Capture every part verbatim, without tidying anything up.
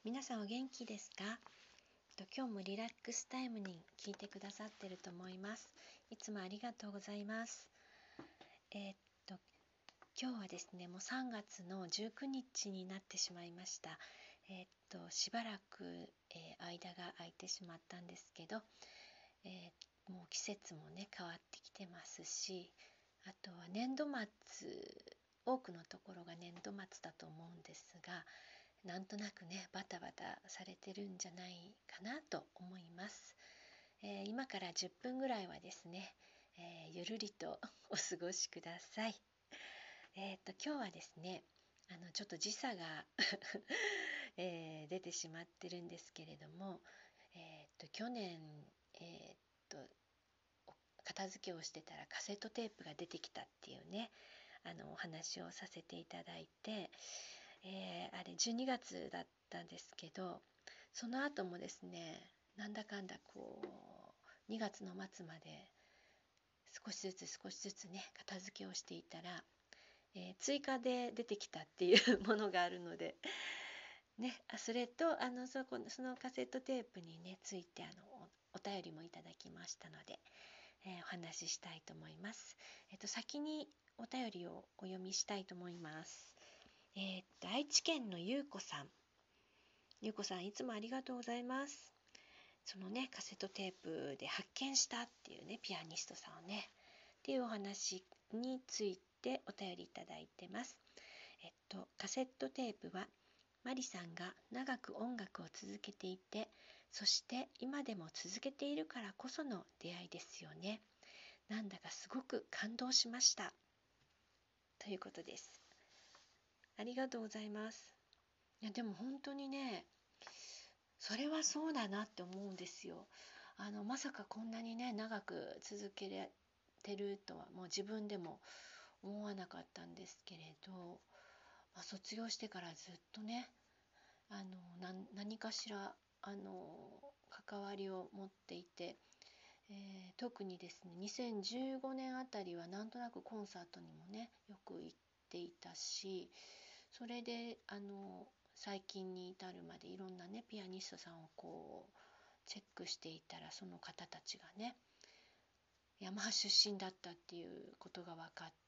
皆さんお元気ですか？と今日もリラックスタイムに聞いてくださってると思います。いつもありがとうございます。えーっと今日はですね、もうさんがつのじゅうくにちになってしまいました。えーっとしばらく、えー間が空いてしまったんですけど、えーもう季節もね変わってきてますし、あとは年度末、多くのところが年度末だと思うんですが、なんとなくねバタバタされてるんじゃないかなと思います。えー今からじゅっぷんぐらいはですね、えーゆるりとお過ごしください。えー、と今日はですね、あのちょっと時差が、えー出てしまってるんですけれども、えー、と去年、えー、と片付けをしてたらカセットテープが出てきたっていうね、あのお話をさせていただいて、えーあれじゅうにがつだったんですけど、その後もですね、なんだかんだこうにがつの末まで少しずつ少しずつね片付けをしていたら、えー追加で出てきたっていうものがあるのでね、あそれとあのそこそのカセットテープにねついてあのお、お便りもいただきましたので、えーお話ししたいと思います。えっと先にお便りをお読みしたいと思います。えーっと愛知県のゆうこさん、ゆうこさんいつもありがとうございます。そのねカセットテープで発見したっていうねピアニストさんをねっていうお話についてお便りいただいてます。えっとカセットテープはマリさんが長く音楽を続けていて、そして今でも続けているからこその出会いですよね。なんだかすごく感動しましたということです。ありがとうございます。いやでも本当にね、それはそうだなって思うんですよ。あのまさかこんなにね長く続けてるとはもう自分でも思わなかったんですけれど、まあ、卒業してからずっとね、あのな何かしらあの関わりを持っていて、えー特にですねにせんじゅうごねんあたりはなんとなくコンサートにもねよく行っていたし、それであの最近に至るまでいろんなねピアニストさんをこうチェックしていたら、その方たちがねヤマハ出身だったっていうことが分かって、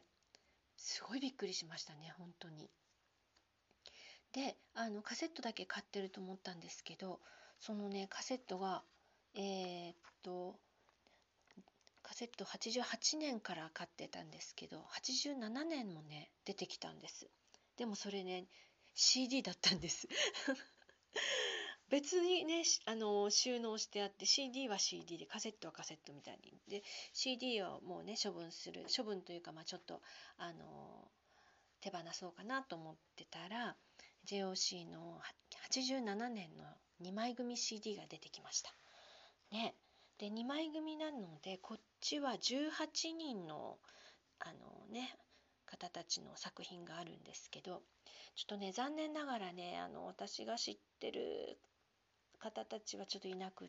すごいびっくりしましたね本当に。であのカセットだけ買ってると思ったんですけど、そのねカセットがえーっとカセットはちじゅうはちねんから買ってたんですけど、はちじゅうななねんもね出てきたんです。でもそれね シーディー だったんです別にねあの収納してあって、 シーディー は シーディー でカセットはカセットみたいにで シーディー をもうね処分する処分というか、まあちょっとあの手放そうかなと思ってたら ジェイオーシー のはちじゅうななねんのにまい組 シーディー が出てきましたね。でにまい組なのでこっちはじゅうはちにんのあのね方たちの作品があるんですけど、ちょっとね残念ながらねあの私が知ってる方たちはちょっといなくって、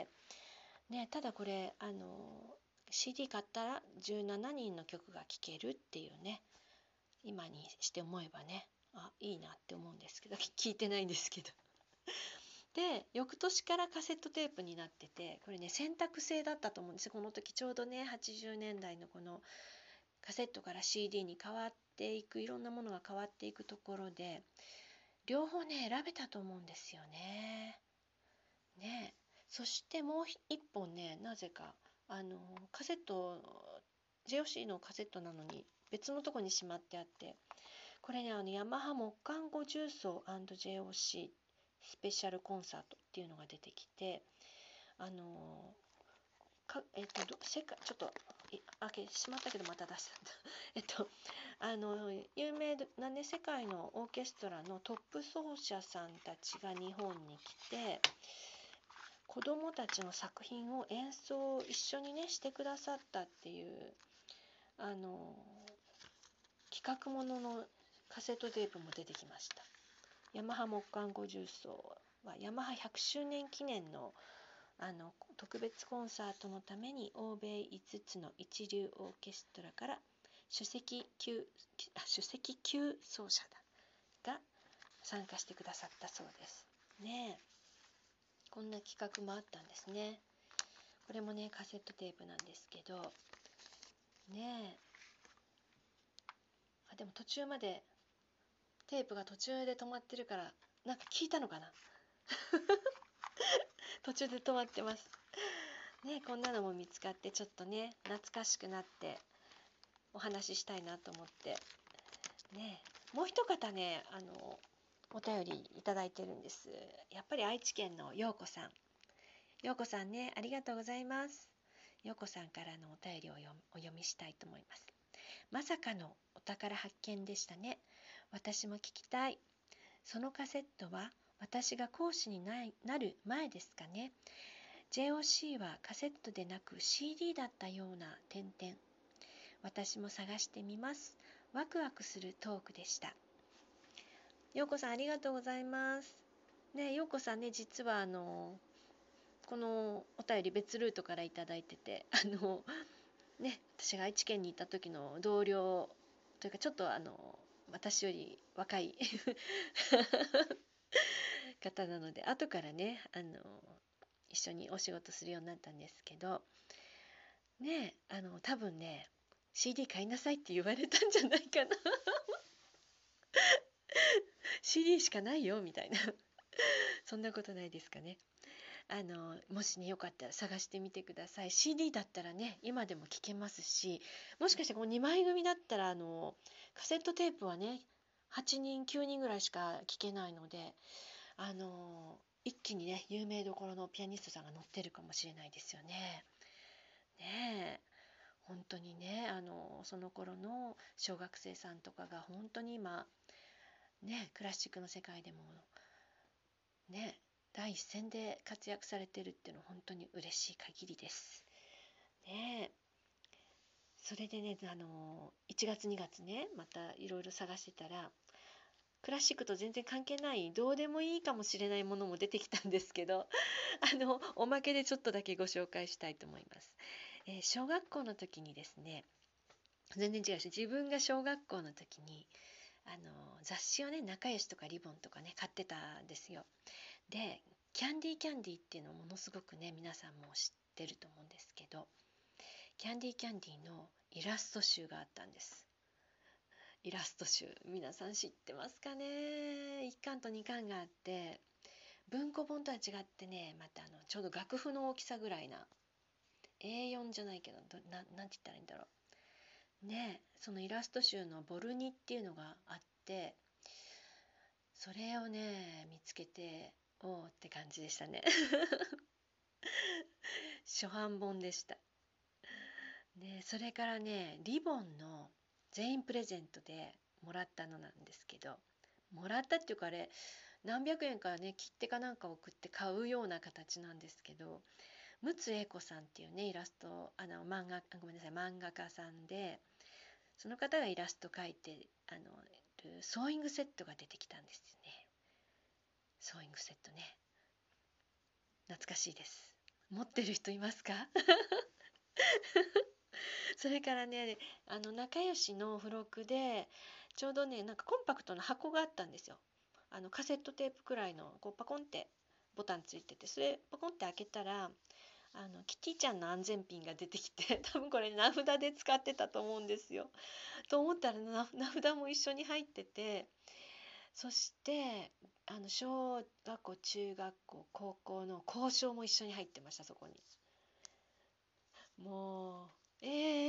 ね、ただこれあの シーディー 買ったらじゅうななにんの曲が聴けるっていうね、今にして思えばね、あいいなって思うんですけど聞いてないんですけどで翌年からカセットテープになってて、これね選択制だったと思うんですよ。この時ちょうどねはちじゅうねんだいのこのカセットから シーディー に変わっていく、いろんなものが変わっていくところで両方ね選べたと思うんですよね。ねそしてもう一本ね、なぜかあのカセット ジェイオーシー のカセットなのに別のとこにしまってあって、これねあのヤマハ木管五重奏 &ジェイオーシー スペシャルコンサートっていうのが出てきて、あのかえっとど世界ちょっとい開けしまったけどまた出したんだえっとあの有名なね世界のオーケストラのトップ奏者さんたちが日本に来て、子どもたちの作品を演奏一緒にねしてくださったっていうあの企画もののカセットテープも出てきました。ヤマハ木管五重奏はヤマハひゃくしゅうねん記念のあの特別コンサートのために欧米いつつの一流オーケストラから首席級あ首席級奏者だが参加してくださったそうですね。こんな企画もあったんですね。これもねカセットテープなんですけどね。あでも途中までテープが途中で止まってるからなんか聞いたのかな途中で止まってますね。こんなのも見つかってちょっとね懐かしくなってお話ししたいなと思ってね。もう一方ねあのお便りいただいてるんです。やっぱり愛知県のようこさん。ようこさんねありがとうございます。ようこさんからのお便りをお読みしたいと思います。まさかのお宝発見でしたね。私も聞きたい。そのカセットは私が講師になる前ですかね。 ジェイオーシー はカセットでなく シーディー だったような点々。私も探してみます。ワクワクするトークでした。ようこさんありがとうございますね。ようこさんね実はあのこのお便り別ルートからいただいててあのね私が愛知県にいた時の同僚というかちょっとあの私より若い方なので後からねあの一緒にお仕事するようになったんですけどねあの多分ね シーディー 買いなさいって言われたんじゃないかなシーディー しかないよみたいなそんなことないですかね。あのもしねよかったら探してみてください。 シーディー だったらね今でも聴けますし、もしかしてこのにまい組だったらあのカセットテープはねはちにんきゅうにんぐらいしか聴けないのであの一気にね有名どころのピアニストさんが乗ってるかもしれないですよね。ねえ本当にねあのその頃の小学生さんとかが本当に今ねクラシックの世界でもね第一線で活躍されてるっていうのは本当に嬉しい限りですね。それでねあのいちがつにがつねまたいろいろ探してたらクラシックと全然関係ないどうでもいいかもしれないものも出てきたんですけどあのおまけでちょっとだけご紹介したいと思います。えー小学校の時にですね全然違うし自分が小学校の時にあの雑誌をね仲良しとかリボンとかね買ってたんですよ。でキャンディーキャンディーっていうのをものすごくね皆さんも知ってると思うんですけどキャンディーキャンディーのイラスト集があったんです。イラスト集皆さん知ってますかね。いっかんとにかんがあって文庫本とは違ってねまたあのちょうど楽譜の大きさぐらいな エーよん じゃないけどどななんて言ったらいいんだろうね。そのイラスト集のボルニっていうのがあってそれをね見つけておーって感じでしたね初版本でした。でそれからねリボンの全員プレゼントでもらったのなんですけどもらったっていうかあれ何百円かね切手かなんか送って買うような形なんですけど陸奥英子さんっていうねイラストあの漫画ごめんなさい漫画家さんでその方がイラスト描いてあのソーイングセットが出てきたんですね。ソーイングセットね懐かしいです。持ってる人いますかそれからねあの仲良しの付録でちょうどねなんかコンパクトな箱があったんですよ。あのカセットテープくらいのこうパコンってボタンついててそれパコンって開けたらあのキティちゃんの安全ピンが出てきて多分これ名札で使ってたと思うんですよ。と思ったらな名札も一緒に入っててそしてあの小学校中学校高校の校章も一緒に入ってましたそこに。もうえー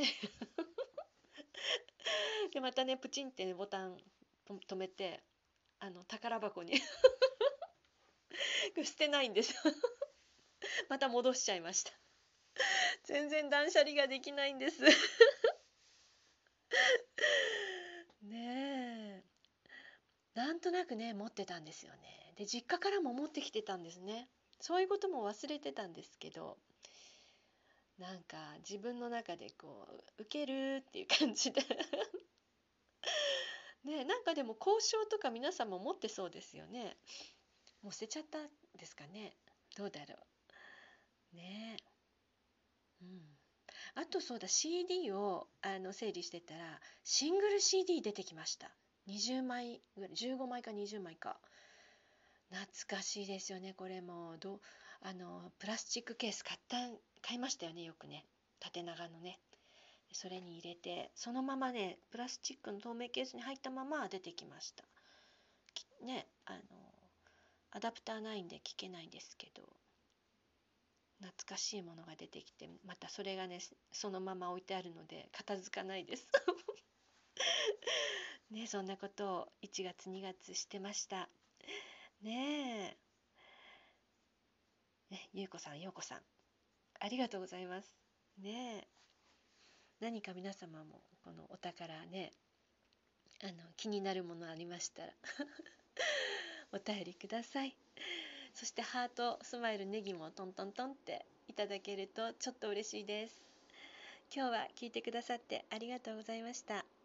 でまたねプチンってねボタンと止めてあの宝箱に捨てないんですまた戻しちゃいました。全然断捨離ができないんですねえなんとなくね持ってたんですよね。で実家からも持ってきてたんですね。そういうことも忘れてたんですけどなんか自分の中でこう受けるっていう感じでねなんかでも交渉とか皆さんも持ってそうですよね。もう捨てちゃったんですかね。どうだろうね。うん、あとそうだ シーディー をあの整理してたらシングル シーディー 出てきました。 にじゅうまいぐらい、じゅうごまいかにじゅうまいか。懐かしいですよね。これもどあのプラスチックケース買った買いましたよね、よくね。縦長のね。それに入れて、そのままね、プラスチックの透明ケースに入ったまま出てきました。ね、あのアダプターないんで聞けないんですけど、懐かしいものが出てきて、またそれがね、そのまま置いてあるので片付かないですね。そんなことをいちがつにがつしてましたね。えね、ゆうこさん、ようこさん、ありがとうございますね。何か皆様もこのお宝ね、あの気になるものありましたらお便りください。そしてハート、スマイル、ネギもトントントンっていただけるとちょっと嬉しいです。今日は聞いてくださってありがとうございました。